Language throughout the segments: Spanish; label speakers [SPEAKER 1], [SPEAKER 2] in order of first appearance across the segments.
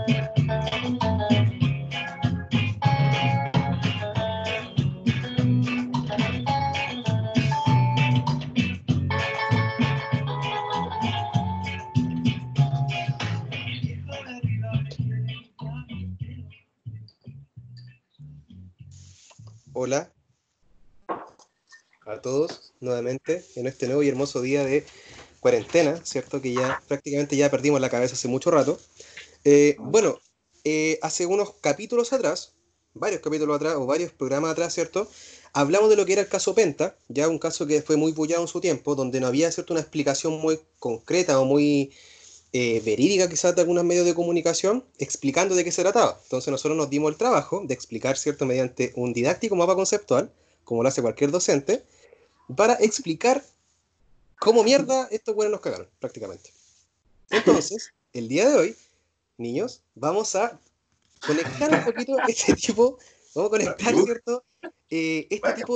[SPEAKER 1] Hola a todos nuevamente en este nuevo y hermoso día de cuarentena, ¿cierto? Que ya prácticamente ya perdimos la cabeza hace mucho rato. Bueno, hace unos capítulos atrás, varios capítulos atrás o varios programas atrás, ¿cierto? Hablamos de lo que era el caso Penta, ya un caso que fue muy bullado en su tiempo, donde no había, ¿cierto?, una explicación muy concreta o muy verídica quizás de algunos medios de comunicación explicando de qué se trataba. Entonces nosotros nos dimos el trabajo de explicar, ¿cierto?, mediante un didáctico mapa conceptual, como lo hace cualquier docente, para explicar cómo mierda estos buenos nos cagaron, prácticamente. Entonces, el día de hoy, niños, vamos a conectar un poquito este tipo, vamos a conectar, ¿cierto? Este tipo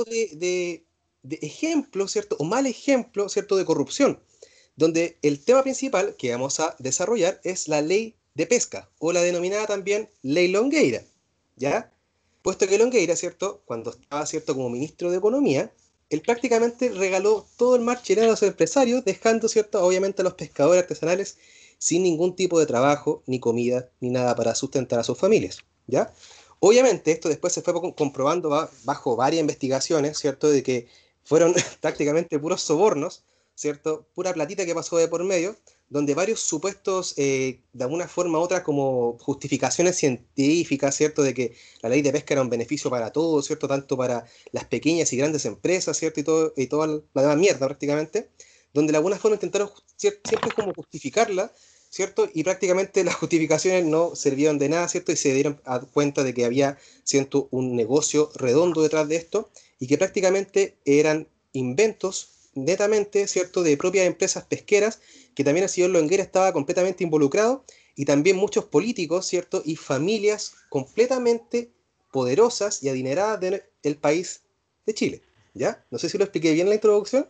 [SPEAKER 1] de ejemplo, ¿cierto? O mal ejemplo, ¿cierto? De corrupción, donde el tema principal que vamos a desarrollar es la ley de pesca, o la denominada también ley Longueira, ¿ya? Puesto que Longueira, ¿cierto? Cuando estaba, ¿cierto?, como ministro de Economía, él prácticamente regaló todo el mar chileno a los empresarios, dejando, ¿cierto?, obviamente a los pescadores artesanales sin ningún tipo de trabajo, ni comida, ni nada para sustentar a sus familias, ¿ya? Obviamente esto después se fue comprobando bajo varias investigaciones, ¿cierto?, de que fueron prácticamente puros sobornos, ¿cierto?, pura platita que pasó de por medio, donde varios supuestos, de alguna forma u otra, como justificaciones científicas, ¿cierto?, de que la ley de pesca era un beneficio para todos, ¿cierto?, tanto para las pequeñas y grandes empresas, ¿cierto?, y toda la demás mierda prácticamente, donde de alguna forma intentaron siempre como justificarla, ¿cierto? Y prácticamente las justificaciones no sirvieron de nada, ¿cierto? Y se dieron cuenta de que había, ¿cierto?, un negocio redondo detrás de esto y que prácticamente eran inventos netamente, ¿cierto?, de propias empresas pesqueras, que también el señor Longueira estaba completamente involucrado, y también muchos políticos, ¿cierto?, y familias completamente poderosas y adineradas del país de Chile, ¿ya? No sé si lo expliqué bien en la introducción.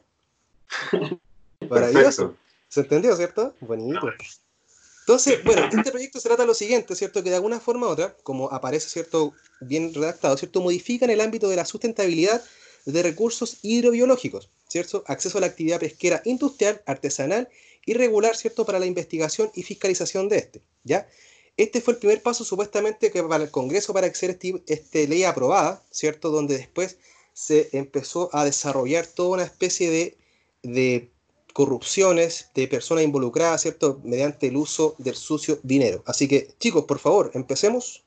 [SPEAKER 1] Maravilloso.
[SPEAKER 2] Perfecto.
[SPEAKER 1] ¿Se entendió, cierto? Bonito. Entonces, bueno, este proyecto se trata de lo siguiente, ¿cierto? Que de alguna forma u otra, como aparece, ¿cierto?, bien redactado, ¿cierto?, modifica en el ámbito de la sustentabilidad de recursos hidrobiológicos, ¿cierto? Acceso a la actividad pesquera industrial, artesanal y regular, ¿cierto?, para la investigación y fiscalización de este, ¿ya? Este fue el primer paso, supuestamente, que para el Congreso para que sea esta ley aprobada, ¿cierto?, donde después se empezó a desarrollar toda una especie de corrupciones de personas involucradas, ¿cierto?, mediante el uso del sucio dinero. Así que, chicos, por favor, empecemos.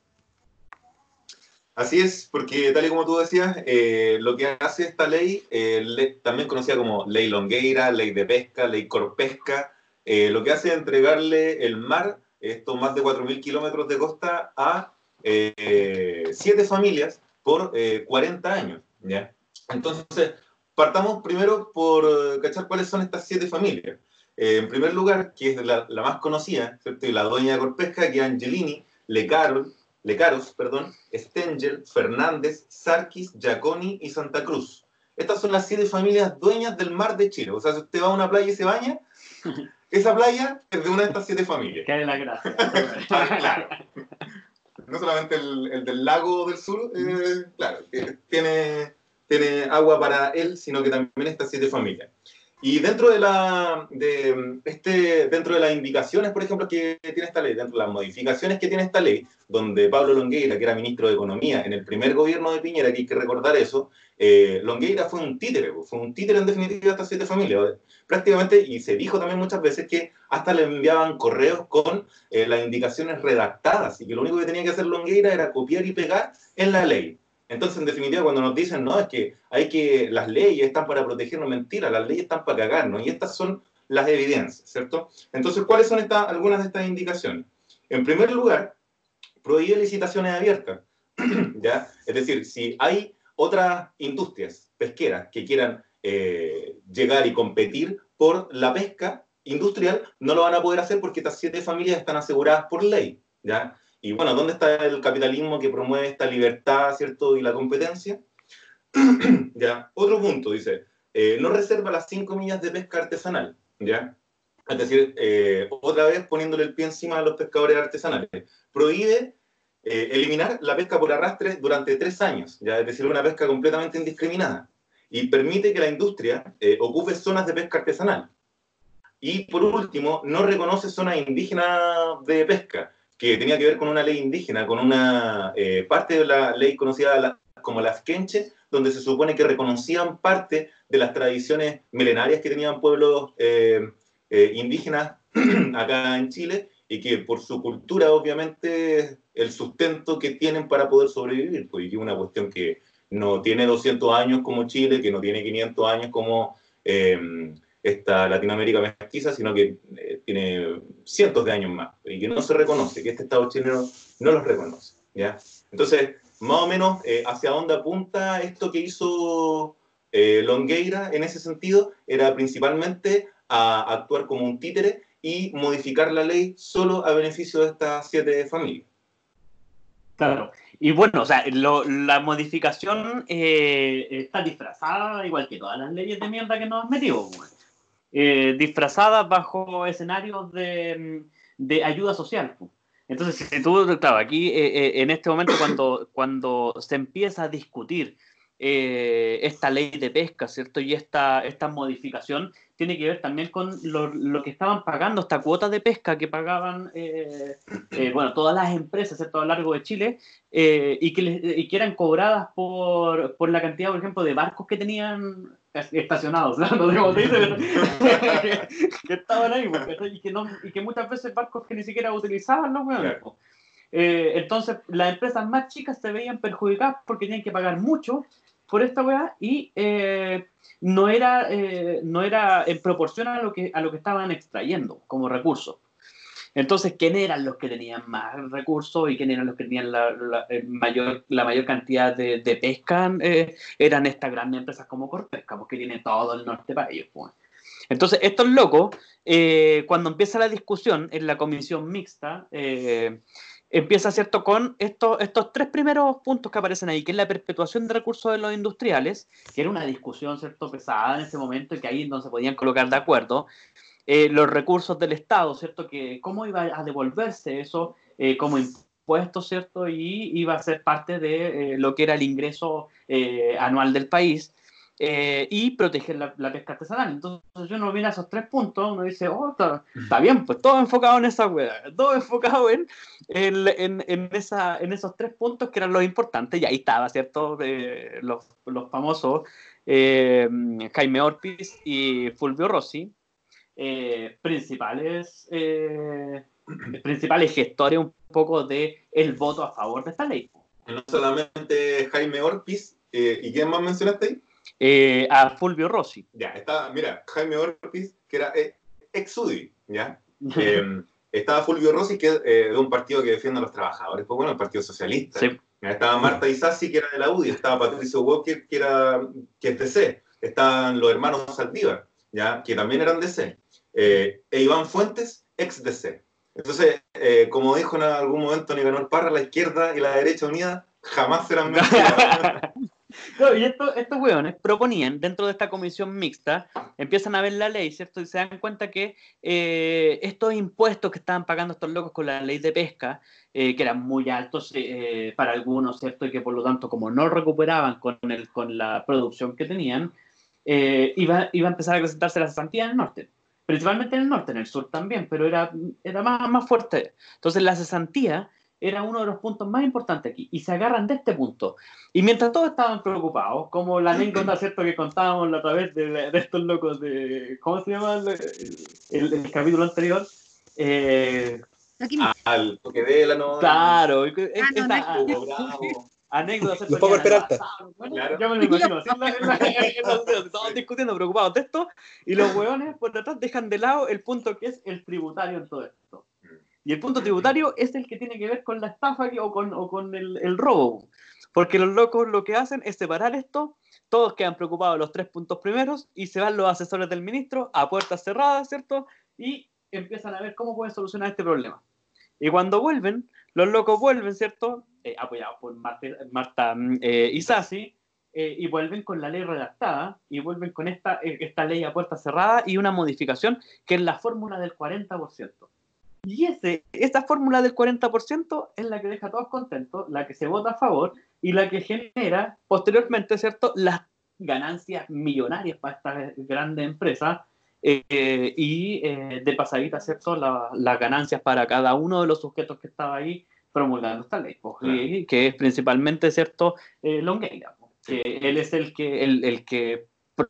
[SPEAKER 2] Así es, porque tal y como tú decías, lo que hace esta ley, también conocida como ley Longueira, ley de pesca, ley Corpesca, lo que hace es entregarle el mar, estos más de 4.000 kilómetros de costa, a 7 familias por 40 años, ¿ya? Entonces, partamos primero por cachar cuáles son estas 7 familias. En primer lugar, que es la más conocida, ¿cierto?, y la dueña de Corpesca, que es Angelini, Lecaros, perdón, Stengel, Fernández, Sarkis, Giaconi y Santa Cruz. Estas son las 7 familias dueñas del mar de Chile. O sea, si usted va a una playa y se baña, esa playa es de una de estas 7 familias.
[SPEAKER 3] Cae la gracia.
[SPEAKER 2] Claro. No solamente el del lago del sur, claro, tiene agua para él, sino que también estas 7 familias. Y dentro dentro de las indicaciones, por ejemplo, que tiene esta ley, dentro de las modificaciones que tiene esta ley, donde Pablo Longueira, que era ministro de Economía en el primer gobierno de Piñera, que hay que recordar eso, Longueira fue un títere en definitiva de estas 7 familias, prácticamente, y se dijo también muchas veces que hasta le enviaban correos con las indicaciones redactadas, y que lo único que tenía que hacer Longueira era copiar y pegar en la ley. Entonces, en definitiva, cuando nos dicen, no, es que las leyes están para protegernos, mentira, las leyes están para cagarnos, y estas son las evidencias, ¿cierto? Entonces, ¿cuáles son algunas de estas indicaciones? En primer lugar, prohíbe licitaciones abiertas, ¿ya? Es decir, si hay otras industrias pesqueras que quieran llegar y competir por la pesca industrial, no lo van a poder hacer porque estas 7 familias están aseguradas por ley, ¿ya? Y bueno, ¿dónde está el capitalismo que promueve esta libertad, ¿cierto?, y la competencia? ¿Ya? Otro punto, dice, no reserva las 5 millas de pesca artesanal, ¿ya? Es decir, otra vez poniéndole el pie encima a los pescadores artesanales. Prohíbe eliminar la pesca por arrastre durante 3 años, ya es decir, una pesca completamente indiscriminada. Y permite que la industria ocupe zonas de pesca artesanal. Y por último, no reconoce zonas indígenas de pesca, que tenía que ver con una ley indígena, con una parte de la ley conocida como las Quenches, donde se supone que reconocían parte de las tradiciones milenarias que tenían pueblos indígenas acá en Chile, y que por su cultura, obviamente, el sustento que tienen para poder sobrevivir, pues, y que es una cuestión que no tiene 200 años como Chile, que no tiene 500 años como esta Latinoamérica mestiza, sino que tiene cientos de años más, y que no se reconoce, que este Estado chileno no los reconoce, ¿ya? Entonces, más o menos, hacia dónde apunta esto que hizo Longueira en ese sentido, era principalmente a actuar como un títere y modificar la ley solo a beneficio de estas 7 familias.
[SPEAKER 3] Claro. Y bueno, o sea, la modificación está disfrazada, igual que todas las leyes de mierda que nos han metido, disfrazadas bajo escenarios de ayuda social. Entonces, si tú, claro, aquí en este momento cuando se empieza a discutir esta ley de pesca, ¿cierto? Y esta modificación tiene que ver también con lo que estaban pagando, esta cuota de pesca que pagaban bueno, todas las empresas, ¿cierto? A lo largo de Chile, y que eran cobradas por la cantidad, por ejemplo, de barcos que tenían estacionados, ¿no? No sé cómo se dice, que estaban ahí, y que muchas veces barcos que ni siquiera utilizaban los hueones. Claro. Entonces, las empresas más chicas se veían perjudicadas porque tenían que pagar mucho por esta weá, y no era en proporción a lo que estaban extrayendo como recursos. Entonces, ¿quién eran los que tenían más recursos y quién eran los que tenían la mayor cantidad de pesca? Eran estas grandes empresas como Corpesca, porque tiene todo el norte para ellos. Pues. Entonces, estos locos, cuando empieza la discusión en la comisión mixta, empieza, ¿cierto?, con estos 3 primeros puntos que aparecen ahí, que es la perpetuación de recursos de los industriales, que era una discusión, ¿cierto?, pesada en ese momento, y que ahí no se podían colocar de acuerdo. Los recursos del Estado, ¿cierto?, que cómo iba a devolverse eso como impuestos, ¿cierto?, y iba a ser parte de lo que era el ingreso anual del país, y proteger la pesca artesanal. Entonces uno mira esos 3 puntos, uno dice, oh, está bien, pues todo enfocado en esa hueá, todo enfocado en esos 3 puntos que eran los importantes, y ahí estaba, ¿cierto?, los famosos Jaime Orpiz y Fulvio Rossi, principales gestores un poco de el voto a favor de esta ley.
[SPEAKER 2] No solamente Jaime Orpiz, ¿y quién más mencionaste ahí?
[SPEAKER 3] A Fulvio Rossi.
[SPEAKER 2] Ya, está, mira, Jaime Orpiz, que era ex-UDI, ¿ya? Estaba Fulvio Rossi, que es de un partido que defiende a los trabajadores, pues bueno, el Partido Socialista. Sí. Estaba Marta Isasi, que era de la UDI, estaba Patricio Walker, que es DC, estaban los hermanos Saldívar, ¿ya?, que también eran DC, e Iván Fuentes, ex-DC. Entonces, como dijo en algún momento Nicanor Parra, la izquierda y la derecha unida jamás serán mentiras.
[SPEAKER 3] Claro, y estos hueones proponían, dentro de esta comisión mixta, empiezan a ver la ley, ¿cierto? Y se dan cuenta que estos impuestos que estaban pagando estos locos con la ley de pesca, que eran muy altos para algunos, ¿cierto? Y que por lo tanto, como no recuperaban con la producción que tenían, iba a empezar a acrecentarse la cesantía en el norte. Principalmente en el norte, en el sur también, pero era más fuerte. Entonces la cesantía era uno de los puntos más importantes aquí, y se agarran de este punto. Y mientras todos estaban preocupados, como la anécdota, ¿cierto?, que contábamos la otra vez de estos locos de... ¿Cómo se llama el capítulo anterior?
[SPEAKER 2] Al toque de la no.
[SPEAKER 3] Claro.
[SPEAKER 1] Anécdota. Los Pocos Peralta.
[SPEAKER 3] Bueno, claro. Yo me lo imagino así todos discutiendo, preocupados de esto, y los hueones por detrás dejan de lado el punto que es el tributario en todo esto. Y el punto tributario es el que tiene que ver con la estafa o con el robo. Porque los locos lo que hacen es separar esto, todos quedan preocupados los 3 puntos primeros, y se van los asesores del ministro a puertas cerradas, ¿cierto? Y empiezan a ver cómo pueden solucionar este problema. Y cuando vuelven, los locos vuelven, ¿cierto? Apoyados por Marta Isasi, y vuelven con la ley redactada, y vuelven con esta ley a puerta cerrada y una modificación que es la fórmula del 40%. Y esa fórmula del 40% es la que deja a todos contentos, la que se vota a favor y la que genera posteriormente, ¿cierto?, las ganancias millonarias para estas grandes empresas y de pasadita, ¿cierto?, las ganancias para cada uno de los sujetos que estaba ahí promulgando esta ley, y que es principalmente, ¿cierto?, Longueira, que él es el que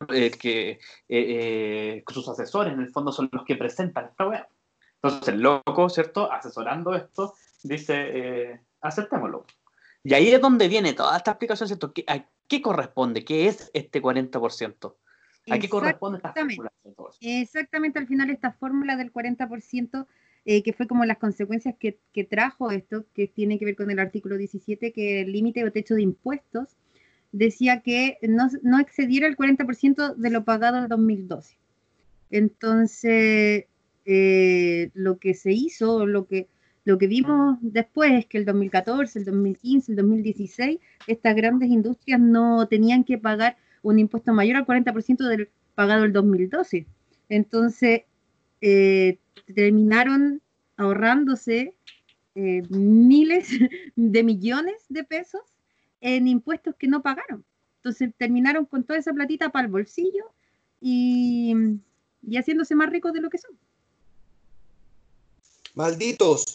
[SPEAKER 3] sus asesores en el fondo son los que presentan esta web. Entonces el loco, ¿cierto?, asesorando esto, dice, aceptémoslo. Y ahí es donde viene toda esta explicación, ¿cierto? ¿A qué corresponde? ¿Qué es este 40%? ¿A qué corresponde esta fórmula?
[SPEAKER 4] Exactamente, al final esta fórmula del 40%, que fue como las consecuencias que trajo esto, que tiene que ver con el artículo 17, que el límite o techo de impuestos decía que no excediera el 40% de lo pagado en 2012. Entonces, lo que se hizo, lo que vimos después es que el 2014, el 2015, el 2016, estas grandes industrias no tenían que pagar un impuesto mayor al 40% del pagado el 2012. Entonces, terminaron ahorrándose miles de millones de pesos en impuestos que no pagaron. Entonces, terminaron con toda esa platita para el bolsillo y haciéndose más ricos de lo que son.
[SPEAKER 1] ¡Malditos!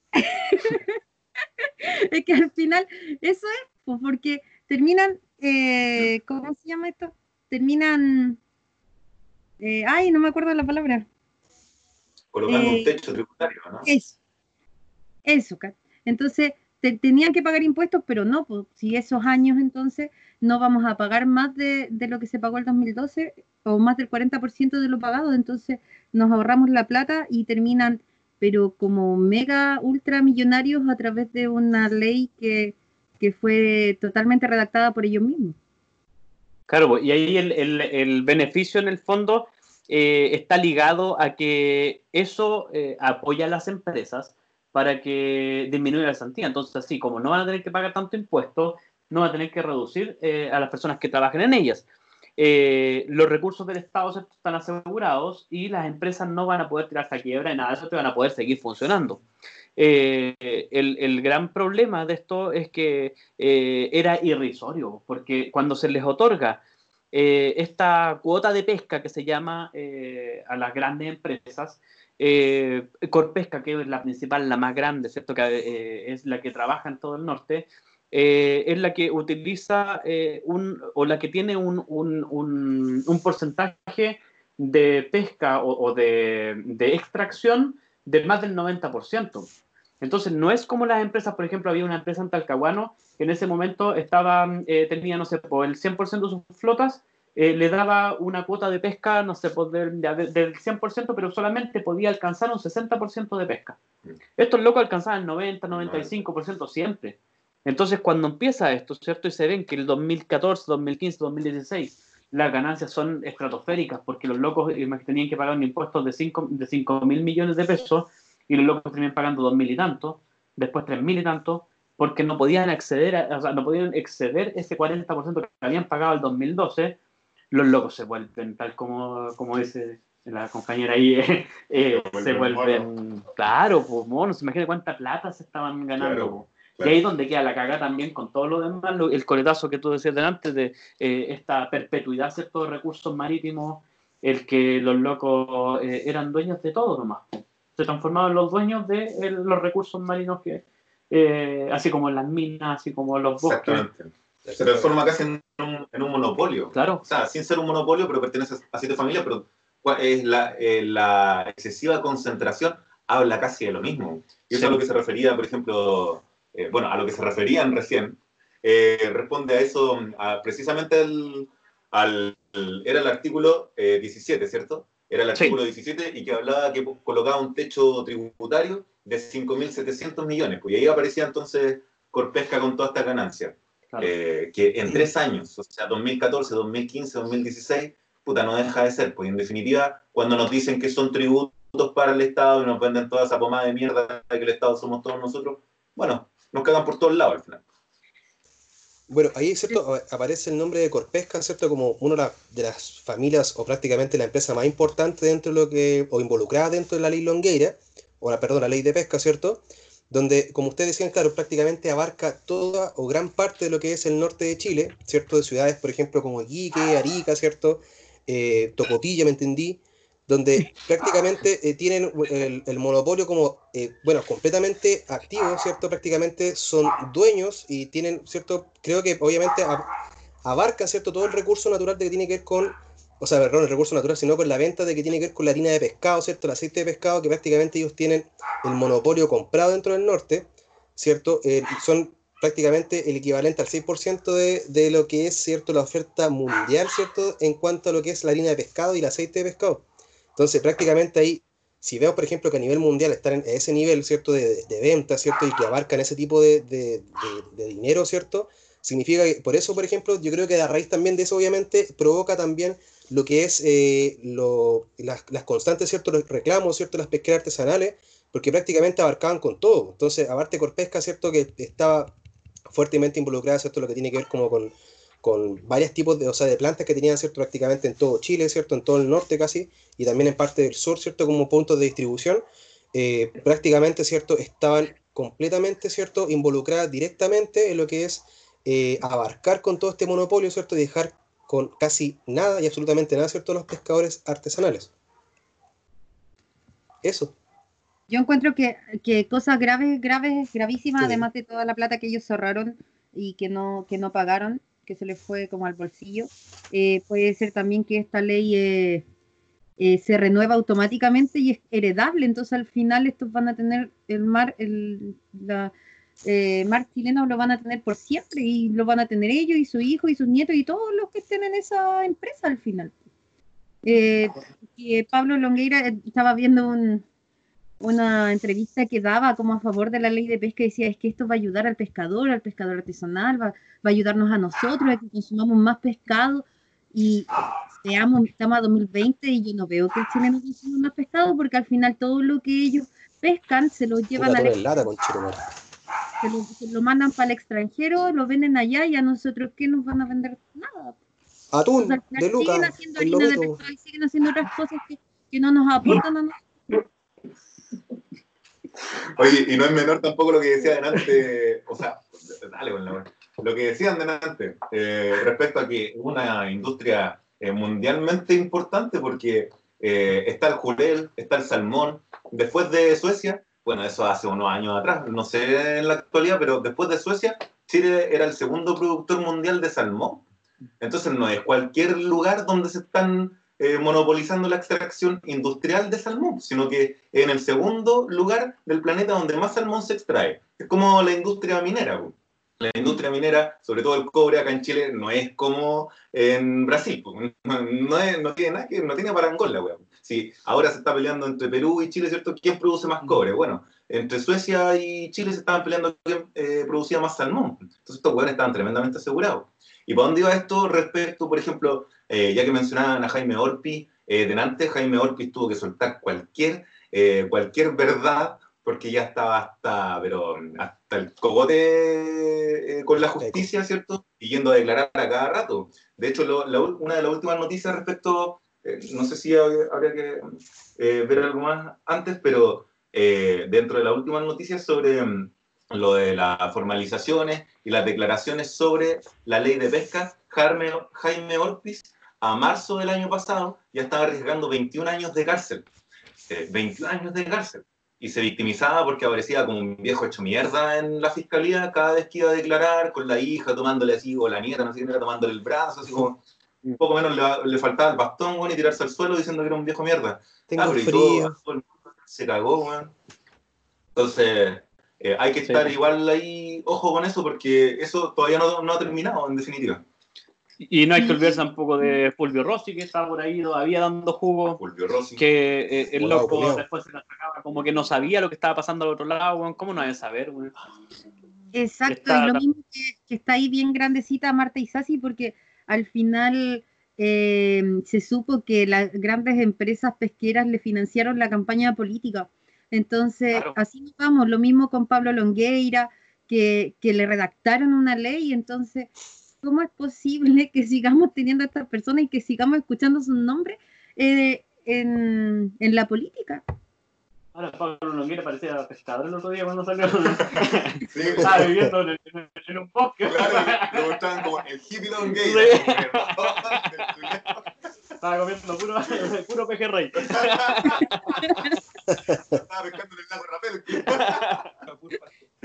[SPEAKER 4] Es que al final eso es, pues, porque terminan, ¿cómo se llama esto? Terminan, ay, no me acuerdo la palabra.
[SPEAKER 2] Colocando un techo tributario, ¿no?
[SPEAKER 4] Eso, Kat. Entonces, tenían que pagar impuestos, pero no, pues, si esos años entonces no vamos a pagar más de lo que se pagó el 2012 o más del 40% de lo pagado, entonces nos ahorramos la plata y terminan, pero como mega ultra millonarios a través de una ley que fue totalmente redactada por ellos mismos.
[SPEAKER 3] Claro, y ahí el beneficio en el fondo está ligado a que eso apoya a las empresas para que disminuya la cesantía. Entonces, así como no van a tener que pagar tanto impuesto, no van a tener que reducir a las personas que trabajen en ellas. Los recursos del Estado están asegurados y las empresas no van a poder tirarse a quiebra y nada de eso, te van a poder seguir funcionando. El gran problema de esto es que era irrisorio, porque cuando se les otorga esta cuota de pesca que se llama a las grandes empresas, Corpesca, que es la principal, la más grande, ¿cierto?, que es la que trabaja en todo el norte, es la que utiliza o la que tiene un porcentaje de pesca o de extracción de más del 90%. Entonces, no es como las empresas, por ejemplo, había una empresa en Talcahuano que en ese momento tenía, no sé, por el 100% de sus flotas, le daba una cuota de pesca, no sé, del 100%, pero solamente podía alcanzar un 60% de pesca. Estos locos alcanzaban el 90, 95% siempre. Entonces, cuando empieza esto, ¿cierto? Y se ven que el 2014, 2015, 2016, las ganancias son estratosféricas porque los locos tenían que pagar un impuesto de 5.000 millones de pesos y los locos terminan pagando 2.000 y tanto, después 3.000 y tanto, porque no podían no podían exceder ese 40% que habían pagado el 2012. Los locos se vuelven, tal como dice la compañera ahí, se vuelven, claro, pues monos, imagínate cuánta plata se estaban ganando. Claro. Y ahí es donde queda la cagada también con todo lo demás, el coletazo que tú decías delante de esta perpetuidad, ¿cierto?, de recursos marítimos, el que los locos eran dueños de todo nomás. Se transformaban los dueños de los recursos marinos, así como las minas, así como los bosques.
[SPEAKER 2] Exactamente. Se transforma casi en un monopolio.
[SPEAKER 3] Claro.
[SPEAKER 2] O sea, sin ser un monopolio, pero pertenece a 7 familias, pero es la excesiva concentración habla casi de lo mismo. Y eso es a lo que se refería, por ejemplo, a lo que se referían recién, responde a eso, precisamente era el artículo 17, ¿cierto? Era el artículo 17 y que hablaba que colocaba un techo tributario de 5.700 millones. Pues, y ahí aparecía entonces Corpesca con toda esta ganancia. Claro. Que en 3 años, o sea, 2014, 2015, 2016, puta, no deja de ser. Pues en definitiva, cuando nos dicen que son tributos para el Estado y nos venden toda esa pomada de mierda de que el Estado somos todos nosotros, bueno, nos cagan por todos lados al final.
[SPEAKER 1] Bueno, ahí, ¿cierto? Aparece el nombre de Corpesca, ¿cierto? Como una de las familias o prácticamente la empresa más importante dentro de lo que, o involucrada dentro de la ley Longueira, perdón, la ley de pesca, ¿cierto? Donde, como ustedes decían, claro, prácticamente abarca toda o gran parte de lo que es el norte de Chile, ¿cierto? De ciudades, por ejemplo, como Iquique, Arica, ¿cierto? Tocopilla, me entendí, donde prácticamente tienen el monopolio como, bueno, completamente activo, ¿cierto? Prácticamente son dueños y tienen, ¿cierto? Creo que obviamente abarcan, ¿cierto? Todo el recurso natural de que tiene que ver con, o sea, perdón, el recurso natural, sino con la venta de que tiene que ver con la harina de pescado, ¿cierto? El aceite de pescado, que prácticamente ellos tienen el monopolio comprado dentro del norte, ¿cierto? Son prácticamente el equivalente al 6% de lo que es, ¿cierto? La oferta mundial, ¿cierto? En cuanto a lo que es la harina de pescado y el aceite de pescado. Entonces, prácticamente ahí, si vemos, por ejemplo, que a nivel mundial están en ese nivel, ¿cierto? De venta, ¿cierto? Y que abarcan ese tipo de dinero, ¿cierto? Significa que, por eso, por ejemplo, yo creo que a raíz también de eso, obviamente, provoca también lo que es las constantes, ¿cierto? Los reclamos, ¿cierto? Las pesqueras artesanales, porque prácticamente abarcaban con todo. Entonces, aparte Corpesca, ¿cierto? Que estaba fuertemente involucrada, ¿cierto? Lo que tiene que ver como con varios tipos de, o sea, de plantas que tenían, ¿cierto? Prácticamente en todo Chile, ¿cierto? En todo el norte casi, y también en parte del sur, ¿cierto? Como puntos de distribución, prácticamente, ¿cierto? Estaban completamente, ¿cierto? Involucradas directamente en lo que es abarcar con todo este monopolio, ¿cierto? Y dejar con casi nada y absolutamente nada, ¿cierto? Los pescadores artesanales. Eso.
[SPEAKER 4] Yo encuentro que cosas graves, graves, gravísimas,
[SPEAKER 1] Sí.
[SPEAKER 4] además de toda la plata que ellos ahorraron y que no pagaron, que se les fue como al bolsillo, puede ser también que esta ley se renueva automáticamente y es heredable, entonces al final estos van a tener mar chileno lo van a tener por siempre y lo van a tener ellos y su hijo y sus nietos y todos los que estén en esa empresa al final. Pablo Longueira estaba viendo una entrevista que daba como a favor de la ley de pesca y decía, es que esto va a ayudar al pescador artesanal, va a ayudarnos a nosotros a que consumamos más pescado y estamos a 2020 y yo no veo que el chileno consuma más pescado porque al final todo lo que ellos pescan se lo
[SPEAKER 1] Una
[SPEAKER 4] llevan
[SPEAKER 1] tonelada, conchetumare.
[SPEAKER 4] se lo mandan para el extranjero, lo venden allá y a nosotros ¿qué nos van a vender? Nada. Entonces
[SPEAKER 1] Atún
[SPEAKER 4] al final
[SPEAKER 1] de
[SPEAKER 4] siguen
[SPEAKER 1] Lucas,
[SPEAKER 4] haciendo
[SPEAKER 1] el
[SPEAKER 4] harina de
[SPEAKER 1] lomito.
[SPEAKER 4] pescado y siguen haciendo otras cosas que no nos aportan a nosotros.
[SPEAKER 2] Oye, y no es menor tampoco lo que decía delante, o sea, dale con la wea. Lo que decían delante respecto a que es una industria mundialmente importante porque está el jurel, está el salmón. Después de Suecia, bueno, eso hace unos años atrás, no sé en la actualidad, pero después de Suecia, Chile era el segundo productor mundial de salmón. Entonces no es cualquier lugar donde se están monopolizando la extracción industrial de salmón, sino que en el segundo lugar del planeta donde más salmón se extrae. Es como la industria minera. La industria minera, sobre todo el cobre acá en Chile, no es como en Brasil. No tiene nada que, no tiene parangón la wea. Sí, ahora se está peleando entre Perú y Chile, ¿cierto? ¿Quién produce más cobre? Bueno, entre Suecia y Chile se estaban peleando quién producía más salmón. Entonces estos weones estaban tremendamente asegurados. ¿Y para dónde iba esto respecto, por ejemplo, ya que mencionaban a Jaime Orpi, delante Jaime Orpi tuvo que soltar cualquier verdad porque ya estaba hasta el cogote con la justicia, ¿cierto? Y yendo a declarar a cada rato. De hecho, una de las últimas noticias respecto, no sé si habría que ver algo más antes, pero dentro de las últimas noticias sobre lo de las formalizaciones y las declaraciones sobre la ley de pesca, Jaime Orpiz, a marzo del año pasado, ya estaba arriesgando 21 años de cárcel. 21 años de cárcel. Y se victimizaba porque aparecía como un viejo hecho mierda en la fiscalía cada vez que iba a declarar, con la hija tomándole así, o la nieta, no sé quién era, tomándole el brazo, así como un poco menos le faltaba el bastón, bueno, y tirarse al suelo diciendo que era un viejo mierda.
[SPEAKER 1] Tengo
[SPEAKER 2] Pero y
[SPEAKER 1] frío.
[SPEAKER 2] todo el mundo se cagó, weón. Entonces, hay que estar igual ahí, ojo con eso, porque eso todavía no ha terminado, en definitiva.
[SPEAKER 3] Y no hay que olvidar tampoco de Fulvio Rossi, que estaba por ahí todavía dando jugo.
[SPEAKER 2] Fulvio Rossi.
[SPEAKER 3] Que el
[SPEAKER 1] Volado,
[SPEAKER 3] loco
[SPEAKER 1] culiao.
[SPEAKER 3] después se la sacaba como que no sabía lo que estaba pasando al otro lado, weón. ¿Cómo no hay que saber, weón?
[SPEAKER 4] Exacto, y lo mismo que está ahí bien grandecita Marta Isasi, porque al final se supo que las grandes empresas pesqueras le financiaron la campaña política. Entonces,
[SPEAKER 3] Claro.
[SPEAKER 4] así nos vamos, lo mismo con Pablo Longueira, que le redactaron una ley. Entonces, ¿cómo es posible que sigamos teniendo a estas personas y que sigamos escuchando sus nombres en la política?
[SPEAKER 3] Ahora Pablo Longueira parecía pescador el otro día cuando salió. Sí, estaba viviendo en un bosque.
[SPEAKER 2] Claro, lo mostraban como el hippie Longueira.
[SPEAKER 3] Sí. Estaba comiendo puro pejerrey.
[SPEAKER 2] Estaba pescando en el lago Rapel.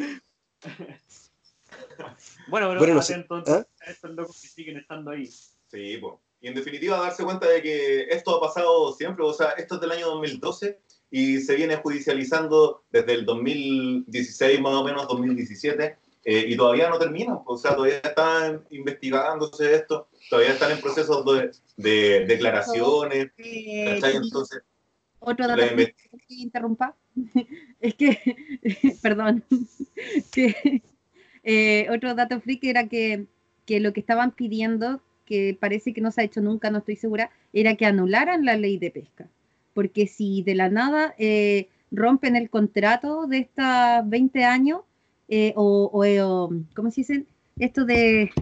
[SPEAKER 3] Bueno,
[SPEAKER 1] Bueno, no
[SPEAKER 3] atentos
[SPEAKER 1] sé.
[SPEAKER 3] a estos locos que siguen estando ahí.
[SPEAKER 2] Sí, pues. Y en definitiva darse cuenta de que esto ha pasado siempre, o sea, esto es del año 2012 y se viene judicializando desde el 2016 más o menos, 2017, y todavía no termina, o sea, todavía están investigándose esto, todavía están en procesos de declaraciones, ¿cachai? Entonces,
[SPEAKER 4] Otro dato que interrumpa, es que, perdón, que otro dato freak era que lo que estaban pidiendo, que parece que no se ha hecho nunca, no estoy segura, era que anularan la ley de pesca. Porque si de la nada rompen el contrato de estos 20 años, ¿cómo se dice? Esto de,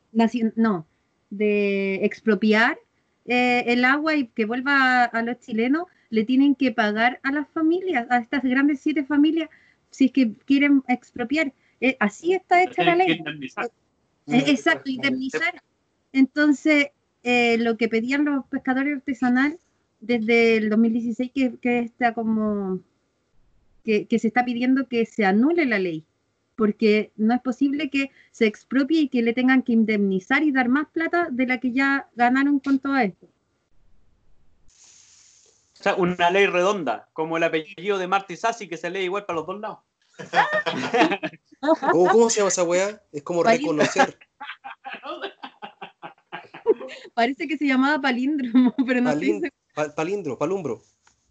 [SPEAKER 4] de expropiar el agua y que vuelva a los chilenos, le tienen que pagar a las familias, a estas grandes 7 familias, si es que quieren expropiar. Así está hecha la ley. Exacto, indemnizar. Entonces, lo que pedían los pescadores artesanales desde el 2016, que está como que se está pidiendo que se anule la ley, porque no es posible que se expropie y que le tengan que indemnizar y dar más plata de la que ya ganaron con todo esto.
[SPEAKER 3] O sea, una ley redonda, como el apellido de Marty Sassi, que se lee igual para los dos lados.
[SPEAKER 1] ¿Cómo se llama esa weá? Es como reconocer.
[SPEAKER 4] Parece que se llamaba palíndromo, pero no estoy segura.
[SPEAKER 1] Palumbro.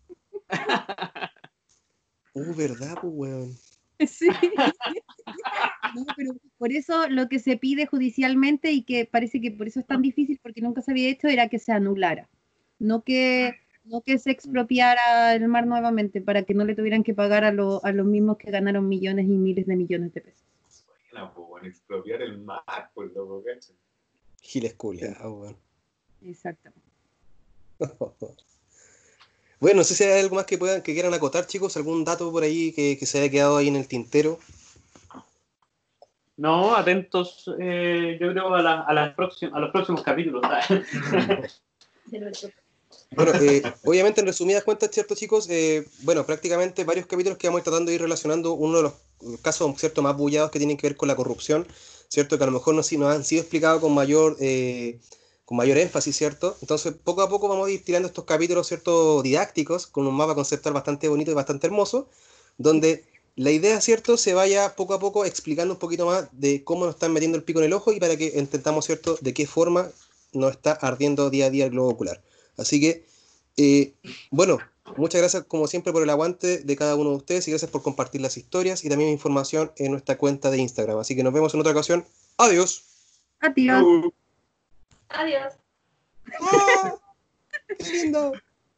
[SPEAKER 1] ¿Verdad, pues, weón?
[SPEAKER 4] Sí. No, pero por eso lo que se pide judicialmente, y que parece que por eso es tan difícil, porque nunca se había hecho, era que se anulara. No que se expropiara el mar nuevamente, para que no le tuvieran que pagar a los mismos que ganaron millones y miles de millones de pesos.
[SPEAKER 2] Bueno, pues, expropiar el mar, pues, loco, ¿cachai?
[SPEAKER 1] Giles culiao, weón.
[SPEAKER 4] Exactamente.
[SPEAKER 1] Bueno, no sé si hay algo más que quieran acotar, chicos, algún dato por ahí que se haya quedado ahí en el tintero.
[SPEAKER 3] No, atentos, yo creo, a los próximos capítulos.
[SPEAKER 1] Bueno, obviamente en resumidas cuentas, ¿cierto, chicos? Bueno, prácticamente varios capítulos que vamos a ir tratando de ir relacionando uno de los casos, ¿cierto?, más bullados que tienen que ver con la corrupción, ¿cierto? Que a lo mejor no han sido explicados con mayor énfasis, ¿cierto? Entonces, poco a poco vamos a ir tirando estos capítulos, ¿cierto?, didácticos, con un mapa conceptual bastante bonito y bastante hermoso, donde la idea, ¿cierto?, se vaya poco a poco explicando un poquito más de cómo nos están metiendo el pico en el ojo y para que entendamos, ¿cierto?, de qué forma nos está ardiendo día a día el globo ocular. Así que, bueno, muchas gracias como siempre por el aguante de cada uno de ustedes y gracias por compartir las historias y también información en nuestra cuenta de Instagram. Así que nos vemos en otra ocasión. Adiós.
[SPEAKER 4] Adiós.
[SPEAKER 5] Adiós.
[SPEAKER 1] ¡Ah! ¡Qué lindo!